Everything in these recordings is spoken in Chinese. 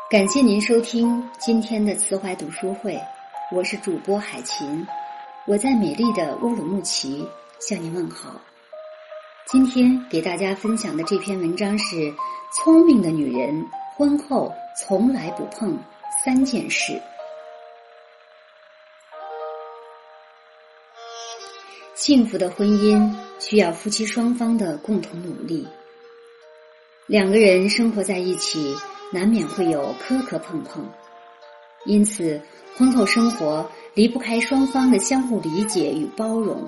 感谢您收听今天的慈怀读书会，我是主播海琴，我在美丽的乌鲁木齐向您问好。今天给大家分享的这篇文章是聪明的女人婚后从来不碰3件事。幸福的婚姻需要夫妻双方的共同努力，两个人生活在一起难免会有磕磕碰碰，因此婚后生活离不开双方的相互理解与包容。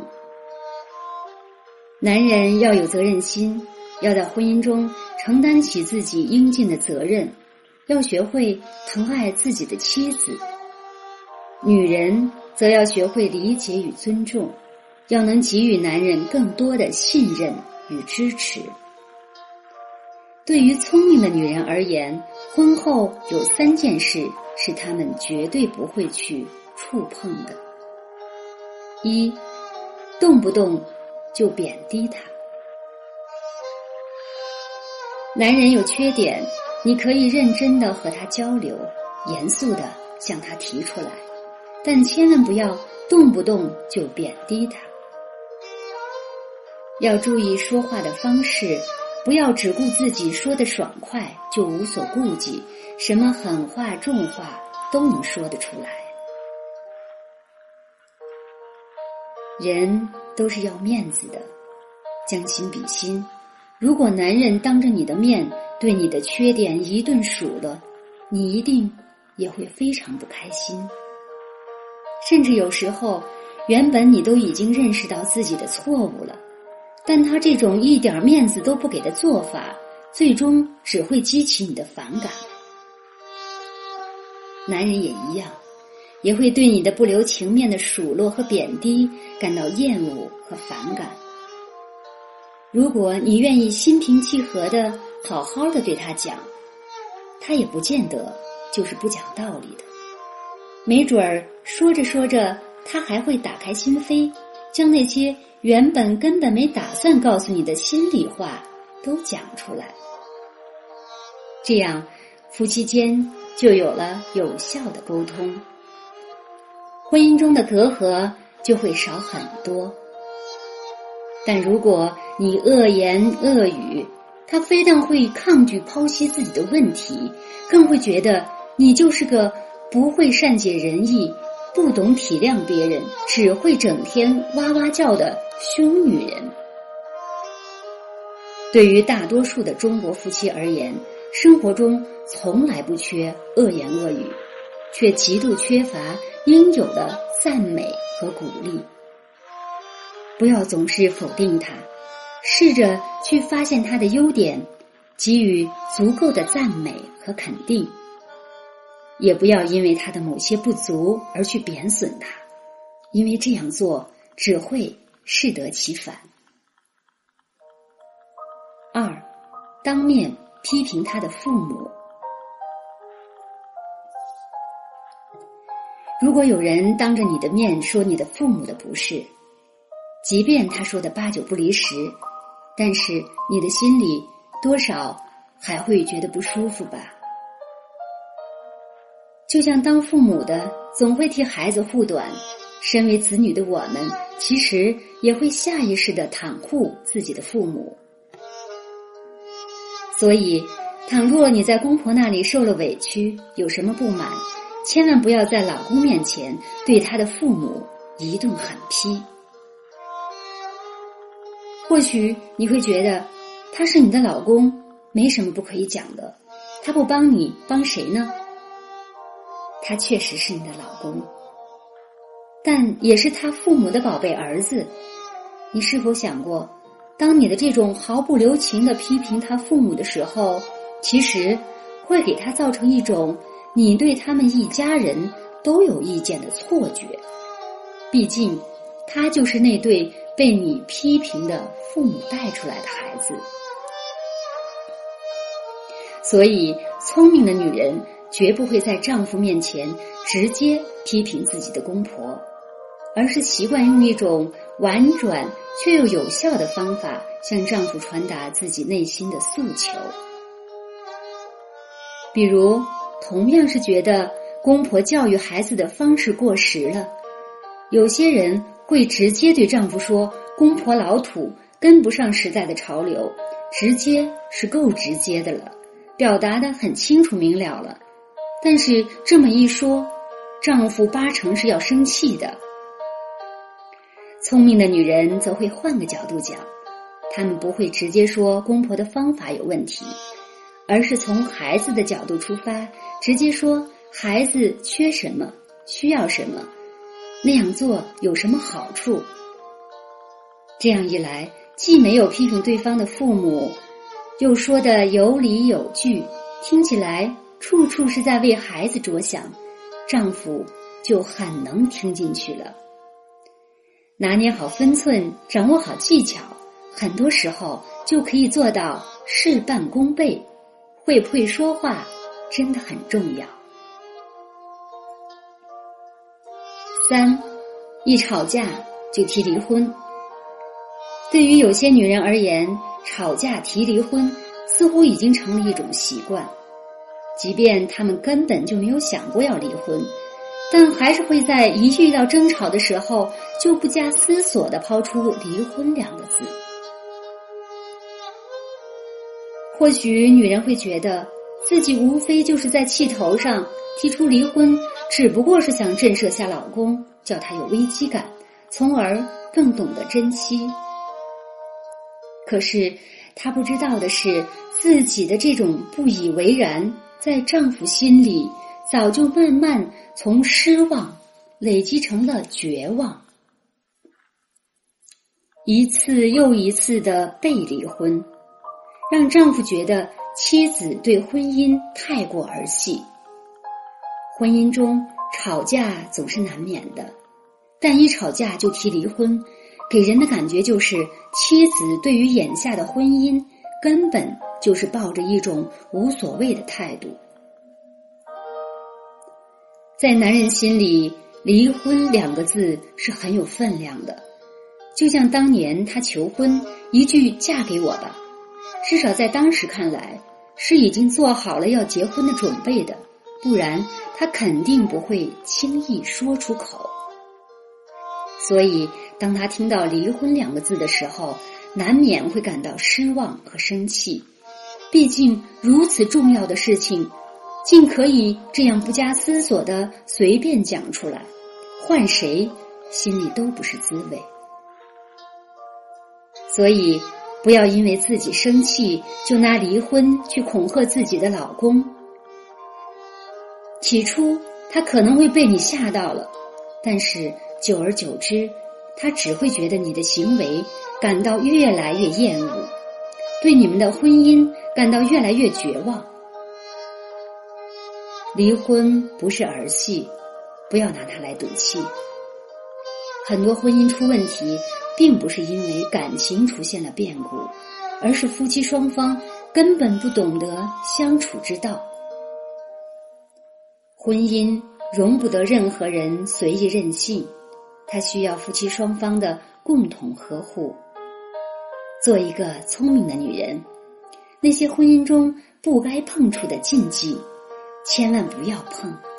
男人要有责任心，要在婚姻中承担起自己应尽的责任，要学会疼爱自己的妻子。女人则要学会理解与尊重，要能给予男人更多的信任与支持。对于聪明的女人而言，婚后有3件事是她们绝对不会去触碰的。1，动不动就贬低他。男人有缺点，你可以认真地和他交流，严肃地向他提出来，但千万不要动不动就贬低他。要注意说话的方式，不要只顾自己说得爽快就无所顾忌，什么狠话重话都能说得出来。人都是要面子的，将心比心，如果男人当着你的面对你的缺点一顿数了，你一定也会非常不开心。甚至有时候原本你都已经认识到自己的错误了，但他这种一点面子都不给的做法，最终只会激起你的反感。男人也一样，也会对你的不留情面的数落和贬低感到厌恶和反感。如果你愿意心平气和的好好的对他讲，他也不见得就是不讲道理的，没准儿说着说着他还会打开心扉，将那些原本根本没打算告诉你的心里话都讲出来。这样夫妻间就有了有效的沟通，婚姻中的隔阂就会少很多。但如果你恶言恶语，他非但会抗拒剖析自己的问题，更会觉得你就是个不会善解人意、不懂体谅别人，只会整天哇哇叫的凶女人。对于大多数的中国夫妻而言，生活中从来不缺恶言恶语，却极度缺乏应有的赞美和鼓励。不要总是否定他，试着去发现他的优点，给予足够的赞美和肯定。也不要因为他的某些不足而去贬损他，因为这样做只会适得其反。2，当面批评他的父母。如果有人当着你的面说你的父母的不是，即便他说的8九不离10，但是你的心里多少还会觉得不舒服吧。就像当父母的总会替孩子护短，身为子女的我们其实也会下意识地袒护自己的父母。所以倘若你在公婆那里受了委屈，有什么不满，千万不要在老公面前对他的父母一顿狠批。或许你会觉得他是你的老公，没什么不可以讲的，他不帮你帮谁呢？他确实是你的老公，但也是他父母的宝贝儿子。你是否想过，当你的这种毫不留情地批评他父母的时候，其实会给他造成一种你对他们一家人都有意见的错觉。毕竟他就是那对被你批评的父母带出来的孩子。所以聪明的女人绝不会在丈夫面前直接批评自己的公婆，而是习惯用一种婉转却又有效的方法向丈夫传达自己内心的诉求。比如同样是觉得公婆教育孩子的方式过时了。有些人会直接对丈夫说公婆老土，跟不上时代的潮流，直接是够直接的了，表达得很清楚明了了。但是这么一说，丈夫80%是要生气的。聪明的女人则会换个角度讲，她们不会直接说公婆的方法有问题，而是从孩子的角度出发，直接说孩子缺什么，需要什么，那样做有什么好处。这样一来，既没有批评对方的父母，又说得有理有据，听起来处处是在为孩子着想，丈夫就很能听进去了。拿捏好分寸，掌握好技巧，很多时候就可以做到事半功倍。会不会说话真的很重要。3，一吵架就提离婚。对于有些女人而言，吵架提离婚似乎已经成了一种习惯，即便她们根本就没有想过要离婚，但还是会在一遇到争吵的时候就不加思索地抛出离婚2个字。或许女人会觉得自己无非就是在气头上提出离婚，只不过是想震慑下老公，叫他有危机感，从而更懂得珍惜。可是她不知道的是，自己的这种不以为然，在丈夫心里早就慢慢从失望累积成了绝望。一次又一次的被离婚，让丈夫觉得妻子对婚姻太过儿戏。婚姻中吵架总是难免的，但一吵架就提离婚，给人的感觉就是妻子对于眼下的婚姻根本就是抱着一种无所谓的态度。在男人心里，离婚2个字是很有分量的，就像当年他求婚一句嫁给我吧，至少在当时看来是已经做好了要结婚的准备的，不然他肯定不会轻易说出口。所以当他听到离婚2个字的时候，难免会感到失望和生气。毕竟如此重要的事情，竟可以这样不加思索地随便讲出来，换谁心里都不是滋味。所以不要因为自己生气就拿离婚去恐吓自己的老公。起初他可能会被你吓到了，但是久而久之，他只会觉得你的行为感到越来越厌恶，对你们的婚姻感到越来越绝望。离婚不是儿戏，不要拿它来赌气。很多婚姻出问题，并不是因为感情出现了变故，而是夫妻双方根本不懂得相处之道。婚姻容不得任何人随意任性，它需要夫妻双方的共同呵护。做一个聪明的女人，那些婚姻中不该碰触的禁忌，千万不要碰。